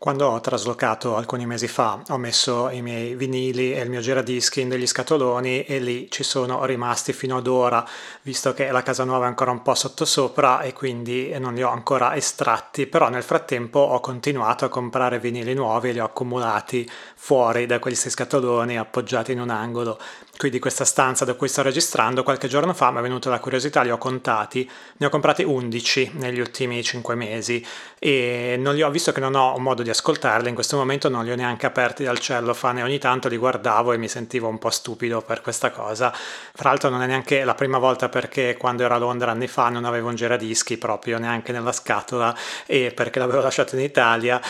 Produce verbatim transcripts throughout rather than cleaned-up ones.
Quando ho traslocato alcuni mesi fa, ho messo i miei vinili e il mio giradischi in degli scatoloni e lì ci sono rimasti fino ad ora, visto che la casa nuova è ancora un po' sottosopra e quindi non li ho ancora estratti, però nel frattempo ho continuato a comprare vinili nuovi e li ho accumulati fuori da questi scatoloni appoggiati in un angolo. Qui di questa stanza da cui sto registrando, qualche giorno fa mi è venuta la curiosità, li ho contati, ne ho comprati undici negli ultimi cinque mesi e non li ho, visto che non ho un modo di ascoltarli, in questo momento non li ho neanche aperti dal cellophane, ogni tanto li guardavo e mi sentivo un po' stupido per questa cosa. Fra l'altro non è neanche la prima volta, perché quando ero a Londra anni fa non avevo un giradischi proprio neanche nella scatola, e perché l'avevo lasciato in Italia,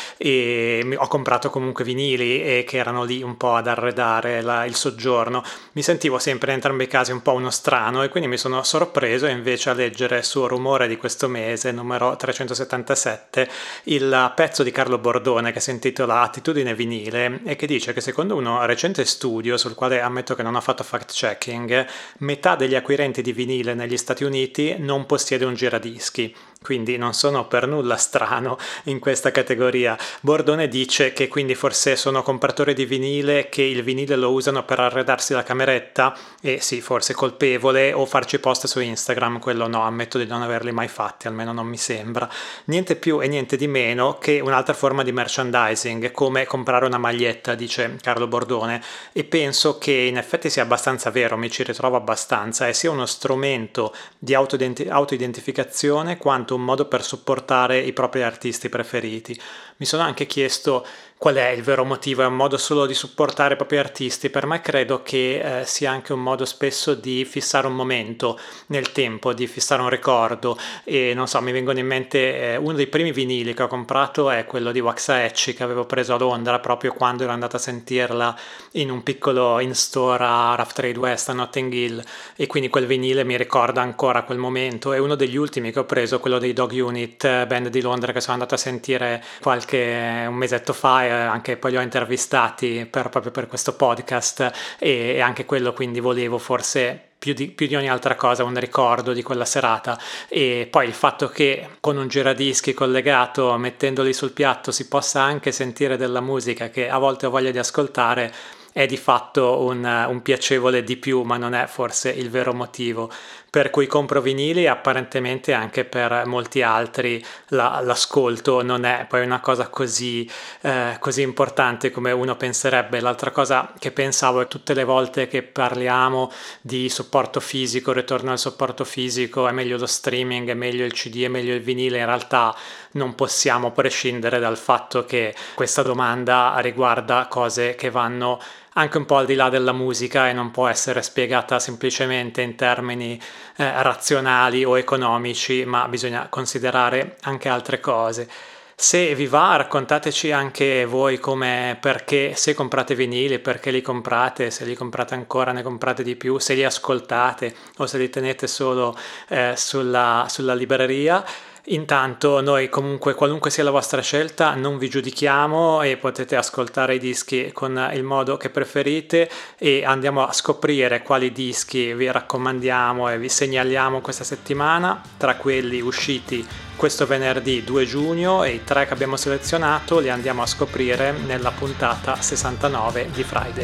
e ho comprato comunque vinili e che erano lì un po' ad arredare la, il soggiorno. Mi sentivo sempre in entrambi i casi un po' uno strano e quindi mi sono sorpreso invece a leggere su Rumore di questo mese, numero trecentosettantasette, il pezzo di Carlo Bordone che si intitola Attitudine vinile e che dice che secondo un recente studio, sul quale ammetto che non ho fatto fact checking, metà degli acquirenti di vinile negli Stati Uniti non possiede un giradischi. Quindi non sono per nulla strano in questa categoria. Bordone dice che quindi forse sono compratori di vinile che il vinile lo usano per arredarsi la cameretta, e sì, forse colpevole, o farci post su Instagram, quello no, ammetto di non averli mai fatti, almeno non mi sembra. Niente più e niente di meno che un'altra forma di merchandising, come comprare una maglietta, dice Carlo Bordone, e penso che in effetti sia abbastanza vero, mi ci ritrovo abbastanza, e sia uno strumento di autoidenti- autoidentificazione quanto un modo per supportare i propri artisti preferiti. Mi sono anche chiesto qual è il vero motivo. È un modo solo di supportare i propri artisti? Per me credo che eh, sia anche un modo spesso di fissare un momento nel tempo, di fissare un ricordo, e non so, mi vengono in mente eh, uno dei primi vinili che ho comprato è quello di Waxaecci, che avevo preso a Londra proprio quando ero andato a sentirla in un piccolo in-store a Rough Trade West a Notting Hill, e quindi quel vinile mi ricorda ancora quel momento. È uno degli ultimi che ho preso, quello dei Dog Unit, band di Londra che sono andato a sentire qualche un mesetto fa, e anche poi li ho intervistati per, proprio per questo podcast, e, e anche quello quindi volevo forse più di, più di ogni altra cosa un ricordo di quella serata. E poi il fatto che con un giradischi collegato, mettendoli sul piatto, si possa anche sentire della musica che a volte ho voglia di ascoltare è di fatto un, un piacevole di più, ma non è forse il vero motivo per cui compro vinili. Apparentemente anche per molti altri la, l'ascolto non è poi una cosa così, eh, così importante come uno penserebbe. L'altra cosa che pensavo è tutte le volte che parliamo di supporto fisico, ritorno al supporto fisico, è meglio lo streaming, è meglio il C D, è meglio il vinile, in realtà non possiamo prescindere dal fatto che questa domanda riguarda cose che vanno anche un po' al di là della musica e non può essere spiegata semplicemente in termini eh, razionali o economici, ma bisogna considerare anche altre cose. Se vi va, raccontateci anche voi come, perché, se comprate vinili, perché li comprate, se li comprate ancora, ne comprate di più, se li ascoltate o se li tenete solo eh, sulla, sulla libreria. Intanto noi comunque, qualunque sia la vostra scelta, non vi giudichiamo e potete ascoltare i dischi con il modo che preferite, e andiamo a scoprire quali dischi vi raccomandiamo e vi segnaliamo questa settimana, tra quelli usciti questo venerdì due giugno, e i tre che abbiamo selezionato li andiamo a scoprire nella puntata sessantanove di Friday.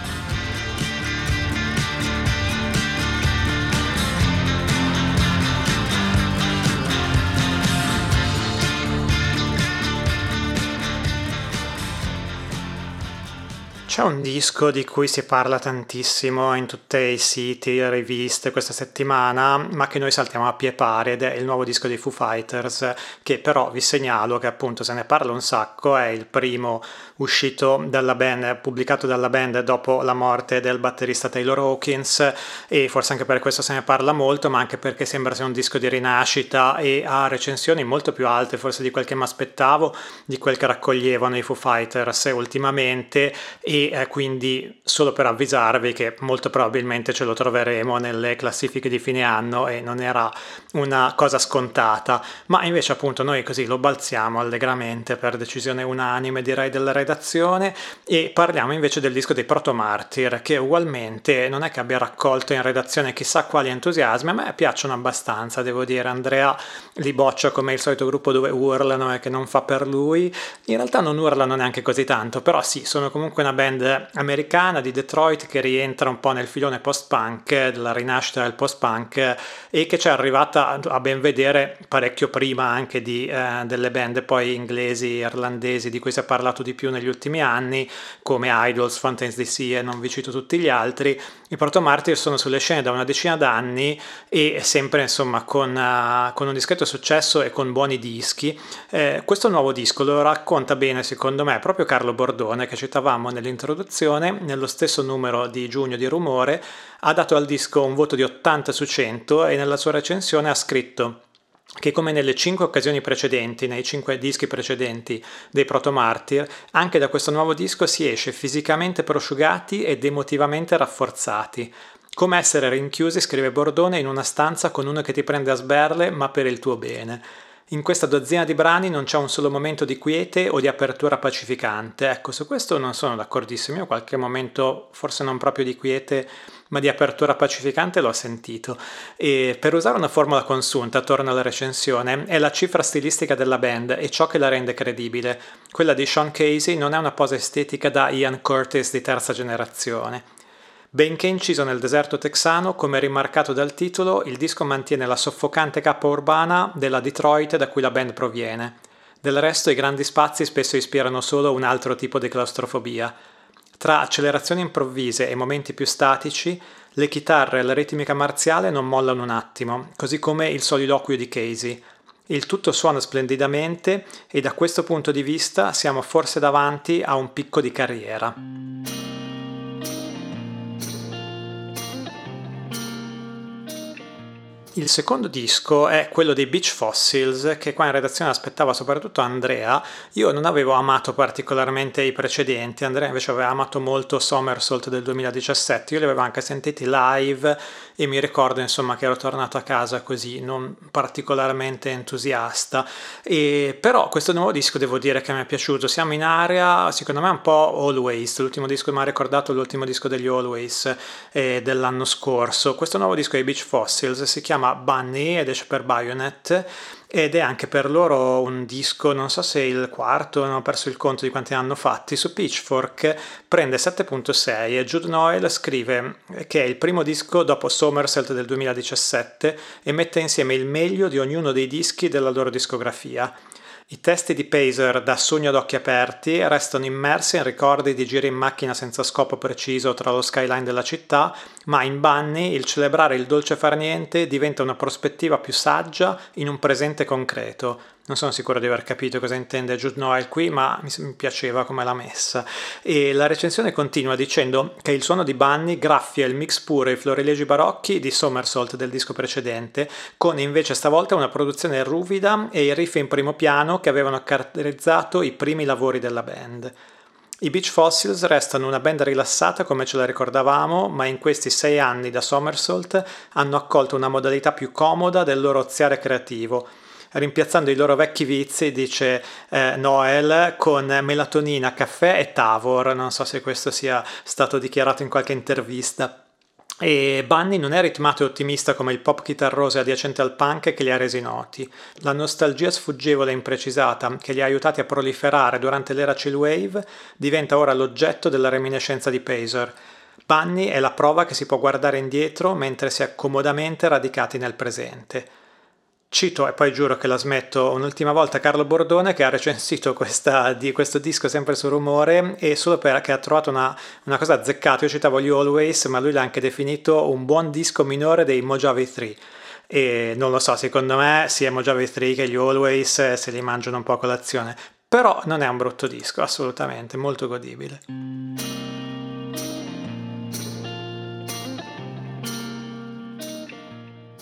C'è un disco di cui si parla tantissimo in tutti i siti e riviste questa settimana, ma che noi saltiamo a pie pari, ed è il nuovo disco dei Foo Fighters, che però vi segnalo che appunto se ne parla un sacco. È il primo uscito dalla band, pubblicato dalla band dopo la morte del batterista Taylor Hawkins, e forse anche per questo se ne parla molto, ma anche perché sembra sia un disco di rinascita e ha recensioni molto più alte forse di quel che mi aspettavo, di quel che raccoglievano i Foo Fighters ultimamente, e e eh, quindi solo per avvisarvi che molto probabilmente ce lo troveremo nelle classifiche di fine anno e non era una cosa scontata, ma invece appunto noi così lo balziamo allegramente per decisione unanime direi della redazione e parliamo invece del disco dei Proto Martyr, che ugualmente non è che abbia raccolto in redazione chissà quali entusiasmi, a me piacciono abbastanza, devo dire. Andrea li boccia come il solito gruppo dove urlano e che non fa per lui, in realtà non urlano neanche così tanto, però sì, sono comunque una band americana di Detroit che rientra un po' nel filone post-punk, della rinascita del post-punk e che ci è arrivata a ben vedere parecchio prima anche di, eh, delle band poi inglesi, irlandesi di cui si è parlato di più negli ultimi anni, come Idols, Fountains D C e non vi cito tutti gli altri. I Proto Martyr sono sulle scene da una decina d'anni e sempre insomma con, uh, con un discreto successo e con buoni dischi. Eh, questo nuovo disco lo racconta bene secondo me proprio Carlo Bordone, che citavamo nell'introduzione, nello stesso numero di giugno di Rumore ha dato al disco un voto di ottanta su cento e nella sua recensione ha scritto che come nelle cinque occasioni precedenti, nei cinque dischi precedenti dei Proto Martyr, anche da questo nuovo disco si esce fisicamente prosciugati ed emotivamente rafforzati. Come essere rinchiusi, scrive Bordone, in una stanza con uno che ti prende a sberle, ma per il tuo bene. In questa dozzina di brani non c'è un solo momento di quiete o di apertura pacificante. Ecco, su questo non sono d'accordissimo. Io qualche momento, forse non proprio di quiete, ma di apertura pacificante l'ho sentito. E per usare una formula consunta, torno alla recensione, è la cifra stilistica della band e ciò che la rende credibile. Quella di Sean Casey non è una posa estetica da Ian Curtis di terza generazione. Benché inciso nel deserto texano, come rimarcato dal titolo, il disco mantiene la soffocante cappa urbana della Detroit da cui la band proviene. Del resto i grandi spazi spesso ispirano solo un altro tipo di claustrofobia. Tra accelerazioni improvvise e momenti più statici, le chitarre e la ritmica marziale non mollano un attimo, così come il soliloquio di Casey. Il tutto suona splendidamente e da questo punto di vista siamo forse davanti a un picco di carriera. Il secondo disco è quello dei Beach Fossils, che qua in redazione aspettava soprattutto Andrea. Io non avevo amato particolarmente i precedenti, Andrea invece aveva amato molto Somersault del duemiladiciassette, io li avevo anche sentiti live e mi ricordo insomma che ero tornato a casa così, non particolarmente entusiasta. E, però questo nuovo disco devo dire che mi è piaciuto, siamo in area, secondo me un po' Always, l'ultimo disco che mi ha ricordato l'ultimo disco degli Always eh, dell'anno scorso. Questo nuovo disco dei Beach Fossils si chiama Bunny ed esce per Bayonet ed è anche per loro un disco, non so se il quarto, non ho perso il conto di quanti ne hanno fatti. Su Pitchfork prende sette virgola sei e Jude Noel scrive che è il primo disco dopo Somersault del duemiladiciassette e mette insieme il meglio di ognuno dei dischi della loro discografia. I testi di Pazer, da sogno ad occhi aperti, restano immersi in ricordi di giri in macchina senza scopo preciso tra lo skyline della città, ma in Bunny il celebrare il dolce far niente diventa una prospettiva più saggia in un presente concreto. Non sono sicuro di aver capito cosa intende Jude Noel qui, ma mi piaceva come l'ha messa. E la recensione continua dicendo che il suono di Bunny graffia il mix puro e i florilegi barocchi di Somersault del disco precedente, con invece stavolta una produzione ruvida e i riff in primo piano che avevano caratterizzato i primi lavori della band. I Beach Fossils restano una band rilassata come ce la ricordavamo, ma in questi sei anni da Somersault hanno accolto una modalità più comoda del loro oziare creativo, rimpiazzando i loro vecchi vizi, dice eh, Noel, con melatonina, caffè e Tavor. Non so se questo sia stato dichiarato in qualche intervista. E Bunny non è ritmato e ottimista come il pop chitarroso adiacente al punk che li ha resi noti. La nostalgia sfuggevole e imprecisata che li ha aiutati a proliferare durante l'era chillwave diventa ora l'oggetto della reminiscenza di Pazer. Bunny è la prova che si può guardare indietro mentre si è comodamente radicati nel presente. Cito, e poi giuro che la smetto, un'ultima volta Carlo Bordone, che ha recensito questa, di questo disco sempre su Rumore, e solo perché ha trovato una, una cosa azzeccata. Io citavo gli Always, ma lui l'ha anche definito un buon disco minore dei Mojave tre. E non lo so, secondo me sia Mojave tre che gli Always se li mangiano un po' a colazione. Però non è un brutto disco, assolutamente, molto godibile.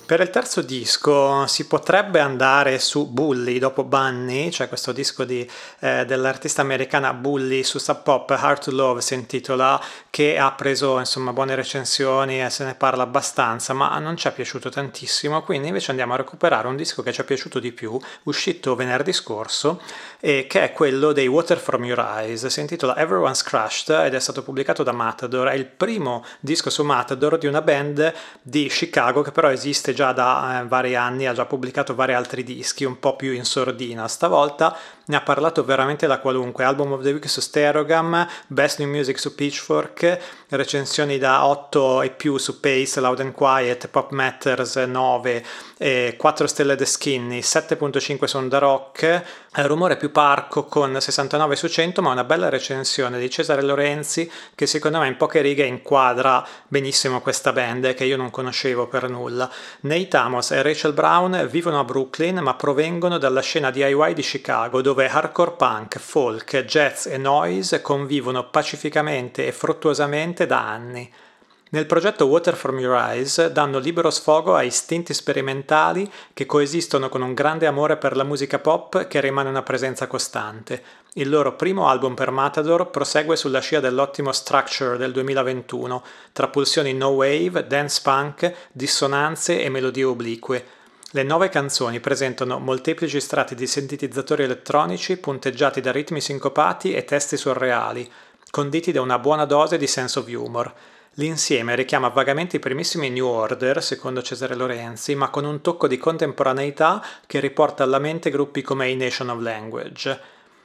Per il terzo disco si potrebbe andare su Bully dopo Bunny, cioè questo disco di, eh, dell'artista americana Bully su Sub Pop, Hard to Love si intitola, che ha preso insomma buone recensioni e se ne parla abbastanza, ma non ci è piaciuto tantissimo, quindi invece andiamo a recuperare un disco che ci è piaciuto di più, uscito venerdì scorso, e che è quello dei Water From Your Eyes. Si intitola Everyone's Crushed ed è stato pubblicato da Matador. È il primo disco su Matador di una band di Chicago che però esiste già da eh, vari anni, ha già pubblicato vari altri dischi un po' più in sordina. Stavolta ne ha parlato veramente da qualunque: Album of the Week su Stereogam, Best New Music su Pitchfork, recensioni da otto e più su Pace, Loud and Quiet, Pop Matters nove, eh, quattro stelle The Skinny, sette virgola cinque su The Rock, Rumore più parco con sessantanove su cento, ma una bella recensione di Cesare Lorenzi che secondo me in poche righe inquadra benissimo questa band che io non conoscevo per nulla. Nate Amos e Rachel Brown vivono a Brooklyn ma provengono dalla scena D I Y di Chicago, dove hardcore punk, folk, jazz e noise convivono pacificamente e fruttuosamente da anni. Nel progetto Water From Your Eyes danno libero sfogo a istinti sperimentali che coesistono con un grande amore per la musica pop che rimane una presenza costante. Il loro primo album per Matador prosegue sulla scia dell'ottimo Structure del duemilaventuno, tra pulsioni no wave, dance punk, dissonanze e melodie oblique. Le nove canzoni presentano molteplici strati di sintetizzatori elettronici punteggiati da ritmi sincopati e testi surreali, conditi da una buona dose di sense of humor. L'insieme richiama vagamente i primissimi New Order, secondo Cesare Lorenzi, ma con un tocco di contemporaneità che riporta alla mente gruppi come i Nation of Language.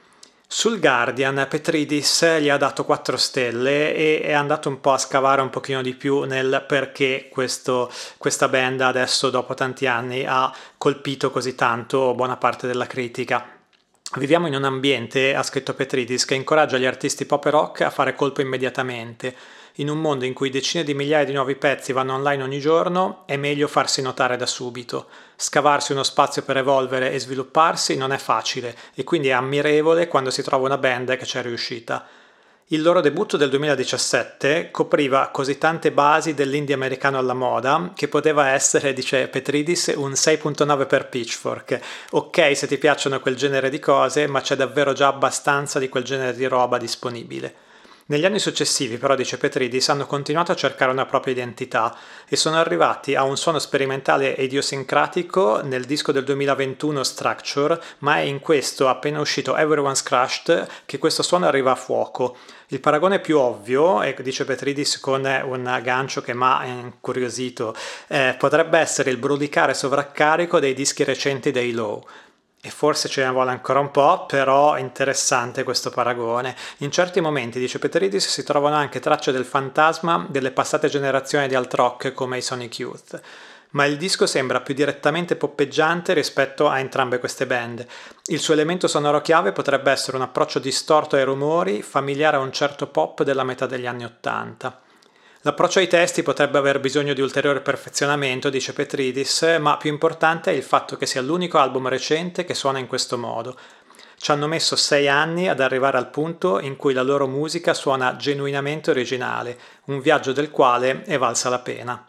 Sul Guardian Petridis gli ha dato quattro stelle e è andato un po' a scavare un pochino di più nel perché questo, questa band adesso dopo tanti anni ha colpito così tanto buona parte della critica. Viviamo in un ambiente, ha scritto Petridis, che incoraggia gli artisti pop e rock a fare colpo immediatamente. In un mondo in cui decine di migliaia di nuovi pezzi vanno online ogni giorno, è meglio farsi notare da subito. Scavarsi uno spazio per evolvere e svilupparsi non è facile e quindi è ammirevole quando si trova una band che ci è riuscita. Il loro debutto del duemiladiciassette copriva così tante basi dell'indie americano alla moda che poteva essere, dice Petridis, un sei virgola nove per Pitchfork. Ok se ti piacciono quel genere di cose, ma c'è davvero già abbastanza di quel genere di roba disponibile. Negli anni successivi, però, dice Petridis, hanno continuato a cercare una propria identità e sono arrivati a un suono sperimentale e idiosincratico nel disco del duemilaventuno Structure, ma è in questo, appena uscito Everyone's Crushed, che questo suono arriva a fuoco. Il paragone più ovvio, e dice Petridis con un gancio che mi ha incuriosito, eh, potrebbe essere il brulicare sovraccarico dei dischi recenti dei Low. E forse ce ne vuole ancora un po', però è interessante questo paragone. In certi momenti, dice Petridis, si trovano anche tracce del fantasma delle passate generazioni di alt rock come i Sonic Youth. Ma il disco sembra più direttamente poppeggiante rispetto a entrambe queste band. Il suo elemento sonoro chiave potrebbe essere un approccio distorto ai rumori, familiare a un certo pop della metà degli anni Ottanta. L'approccio ai testi potrebbe aver bisogno di ulteriore perfezionamento, dice Petridis, ma più importante è il fatto che sia l'unico album recente che suona in questo modo. Ci hanno messo sei anni ad arrivare al punto in cui la loro musica suona genuinamente originale, un viaggio del quale è valsa la pena.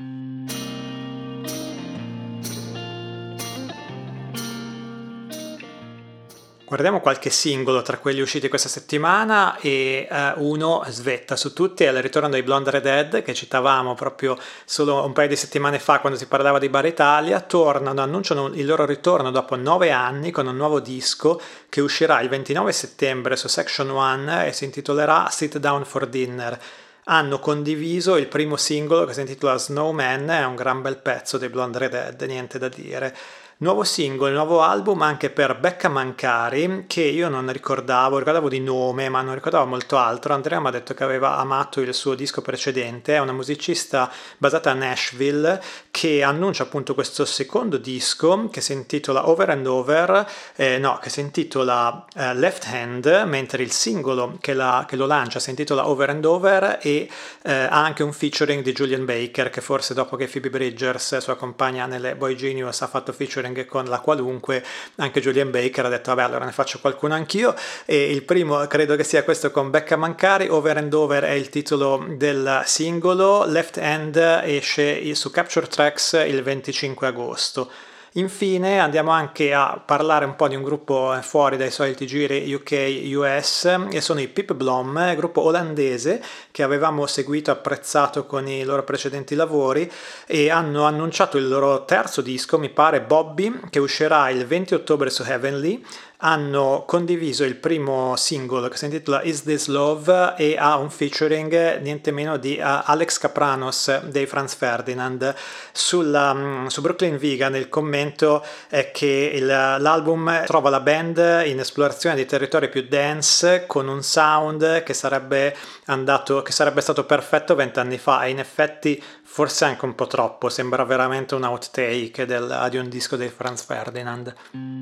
Guardiamo qualche singolo tra quelli usciti questa settimana e uh, uno svetta su tutti, è il ritorno dei Blonde Redhead che citavamo proprio solo un paio di settimane fa quando si parlava di Bar Italia. Tornano, annunciano il loro ritorno dopo nove anni con un nuovo disco che uscirà il ventinove settembre su Section One e si intitolerà Sit Down for Dinner. Hanno condiviso il primo singolo che si intitola Snowman, è un gran bel pezzo dei Blonde Redhead, niente da dire. Nuovo singolo, nuovo album anche per Becca Mancari, che io non ricordavo, ricordavo di nome, ma non ricordavo molto altro. Andrea mi ha detto che aveva amato il suo disco precedente, è una musicista basata a Nashville che annuncia appunto questo secondo disco che si intitola Over and Over, eh, no, che si intitola eh, Left Hand, mentre il singolo che, la, che lo lancia si intitola Over and Over e eh, ha anche un featuring di Julian Baker, che forse dopo che Phoebe Bridgers, sua compagna nelle Boy Genius, ha fatto featuring featuring con la qualunque, anche Julian Baker ha detto vabbè allora ne faccio qualcuno anch'io, e il primo credo che sia questo con Becca Mancari. Over and Over è il titolo del singolo, Left Hand esce su Capture Tracks il venticinque agosto. Infine andiamo anche a parlare un po' di un gruppo fuori dai soliti giri U K U S, e sono i Pip Blom, gruppo olandese che avevamo seguito e apprezzato con i loro precedenti lavori, e hanno annunciato il loro terzo disco, mi pare Bobby, che uscirà il venti ottobre su Heavenly. Hanno condiviso il primo singolo che si intitola Is This Love e ha un featuring niente meno di uh, Alex Kapranos dei Franz Ferdinand. Sulla, um, su Brooklyn Vegan il commento è che il, l'album trova la band in esplorazione di territori più dance, con un sound che sarebbe andato, che sarebbe stato perfetto vent'anni fa, e in effetti forse anche un po' troppo, sembra veramente un outtake del, di un disco dei Franz Ferdinand.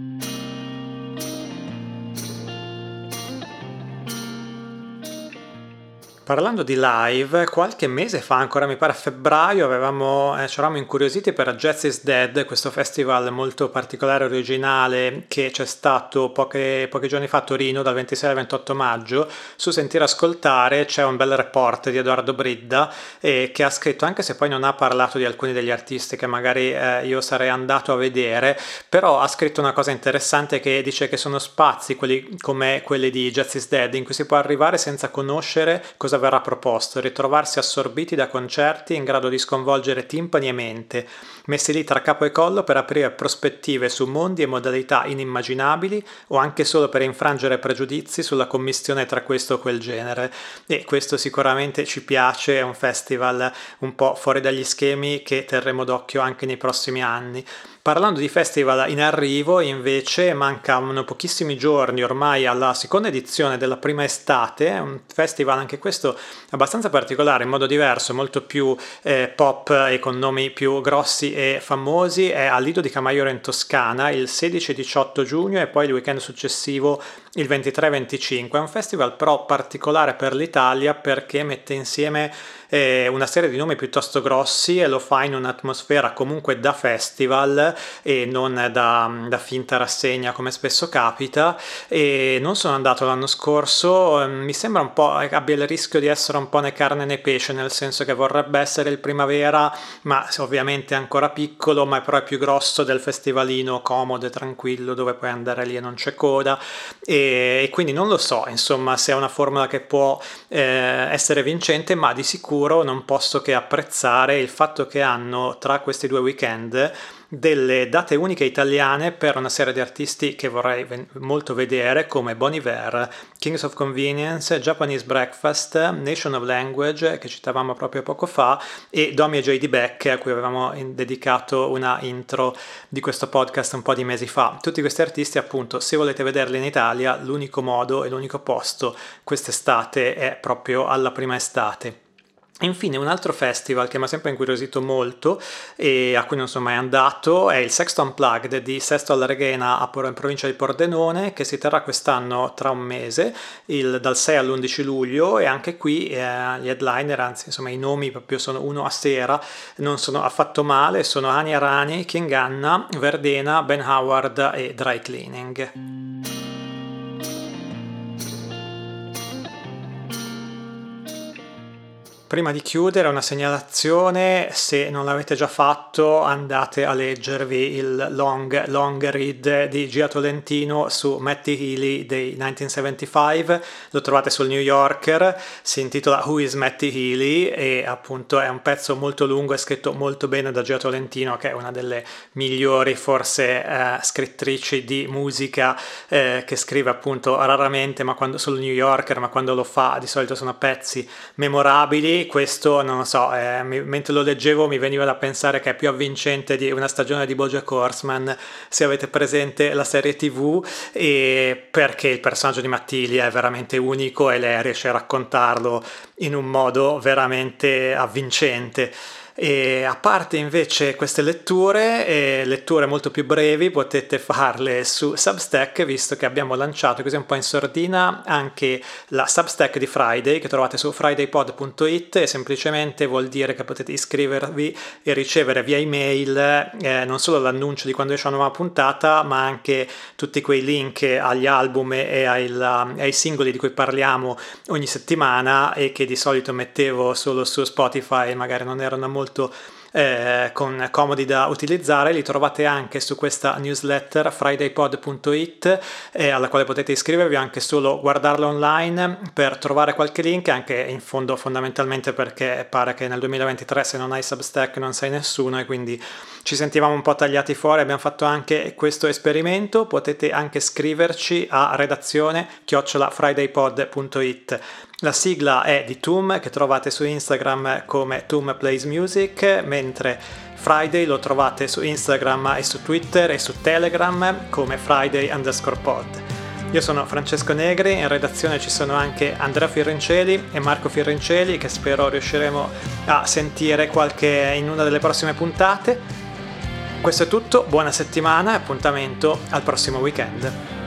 Parlando di live, qualche mese fa, ancora mi pare a febbraio, avevamo, eh, ci eravamo incuriositi per Jazz is Dead, questo festival molto particolare e originale che c'è stato poche, pochi giorni fa a Torino, dal ventisei al ventotto maggio. Su Sentire Ascoltare c'è un bel report di Edoardo Bridda, eh, che ha scritto, anche se poi non ha parlato di alcuni degli artisti che magari eh, io sarei andato a vedere, però ha scritto una cosa interessante, che dice che sono spazi, quelli come quelli di Jazz is Dead, in cui si può arrivare senza conoscere cosa verrà proposto, ritrovarsi assorbiti da concerti in grado di sconvolgere timpani e mente, messi lì tra capo e collo per aprire prospettive su mondi e modalità inimmaginabili, o anche solo per infrangere pregiudizi sulla commistione tra questo o quel genere. E questo sicuramente ci piace, è un festival un po' fuori dagli schemi che terremo d'occhio anche nei prossimi anni. Parlando di festival in arrivo, invece, mancano pochissimi giorni ormai alla seconda edizione della Prima Estate, un festival anche questo abbastanza particolare, in modo diverso, molto più eh, pop e con nomi più grossi e famosi. È a Lido di Camaiore in Toscana il sedici e diciotto giugno, e poi il weekend successivo il ventitré e venticinque. È un festival però particolare per l'Italia, perché mette insieme eh, una serie di nomi piuttosto grossi e lo fa in un'atmosfera comunque da festival e non da, da finta rassegna come spesso capita. E non sono andato l'anno scorso, mi sembra un po' abbia il rischio di essere un po' né carne né pesce, nel senso che vorrebbe essere il Primavera, ma ovviamente è ancora piccolo, ma però è più grosso del festivalino comodo e tranquillo dove puoi andare lì e non c'è coda. E e quindi non lo so, insomma, se è una formula che può eh, essere vincente, ma di sicuro non posso che apprezzare il fatto che hanno tra questi due weekend delle date uniche italiane per una serie di artisti che vorrei molto vedere, come Bon Iver, Kings of Convenience, Japanese Breakfast, Nation of Language, che citavamo proprio poco fa, e Domi e J D Beck, a cui avevamo dedicato una intro di questo podcast un po' di mesi fa. Tutti questi artisti, appunto, se volete vederli in Italia, l'unico modo e l'unico posto quest'estate è proprio alla Prima Estate. Infine, un altro festival che mi ha sempre incuriosito molto e a cui non sono mai andato è il Sexto Unplugged di Sesto alla Reghena a in provincia di Pordenone, che si terrà quest'anno tra un mese, il, dal sei all'undici luglio, e anche qui eh, gli headliner, anzi insomma i nomi proprio sono uno a sera, non sono affatto male, sono Hani Arani, King Anna, Verdena, Ben Howard e Dry Cleaning. Prima di chiudere una segnalazione: se non l'avete già fatto andate a leggervi il long, long read di Gia Tolentino su Matty Healy dei millenovecentosettantacinque, lo trovate sul New Yorker, si intitola Who is Matty Healy e appunto è un pezzo molto lungo e scritto molto bene da Gia Tolentino, che è una delle migliori forse eh, scrittrici di musica, eh, che scrive appunto raramente ma quando sul New Yorker, ma quando lo fa di solito sono pezzi memorabili. Questo non lo so, eh, mi, mentre lo leggevo mi veniva da pensare che è più avvincente di una stagione di BoJack Horseman, se avete presente la serie tv, e perché il personaggio di Mattilia è veramente unico e lei riesce a raccontarlo in un modo veramente avvincente. E a parte invece queste letture, e letture molto più brevi, potete farle su Substack, visto che abbiamo lanciato così un po' in sordina anche la Substack di Friday, che trovate su friday pod punto it, e semplicemente vuol dire che potete iscrivervi e ricevere via email eh, non solo l'annuncio di quando esce una nuova puntata, ma anche tutti quei link agli album e ai, ai singoli di cui parliamo ogni settimana e che di solito mettevo solo su Spotify e magari non erano molto Eh, con comodi da utilizzare. Li trovate anche su questa newsletter friday pod punto it, eh, alla quale potete iscrivervi, anche solo guardarla online per trovare qualche link, anche in fondo fondamentalmente perché pare che nel duemilaventitré se non hai Substack non sei nessuno, e quindi ci sentivamo un po' tagliati fuori. Abbiamo fatto anche questo esperimento. Potete anche scriverci a redazione chiocciola friday pod punto it. La sigla è di Toom, che trovate su Instagram come Toom Plays Music, mentre Friday lo trovate su Instagram e su Twitter e su Telegram come Friday underscore pod. Io sono Francesco Negri, in redazione ci sono anche Andrea Firrinceli e Marco Firrinceli, che spero riusciremo a sentire qualche in una delle prossime puntate. Questo è tutto, buona settimana e appuntamento al prossimo weekend.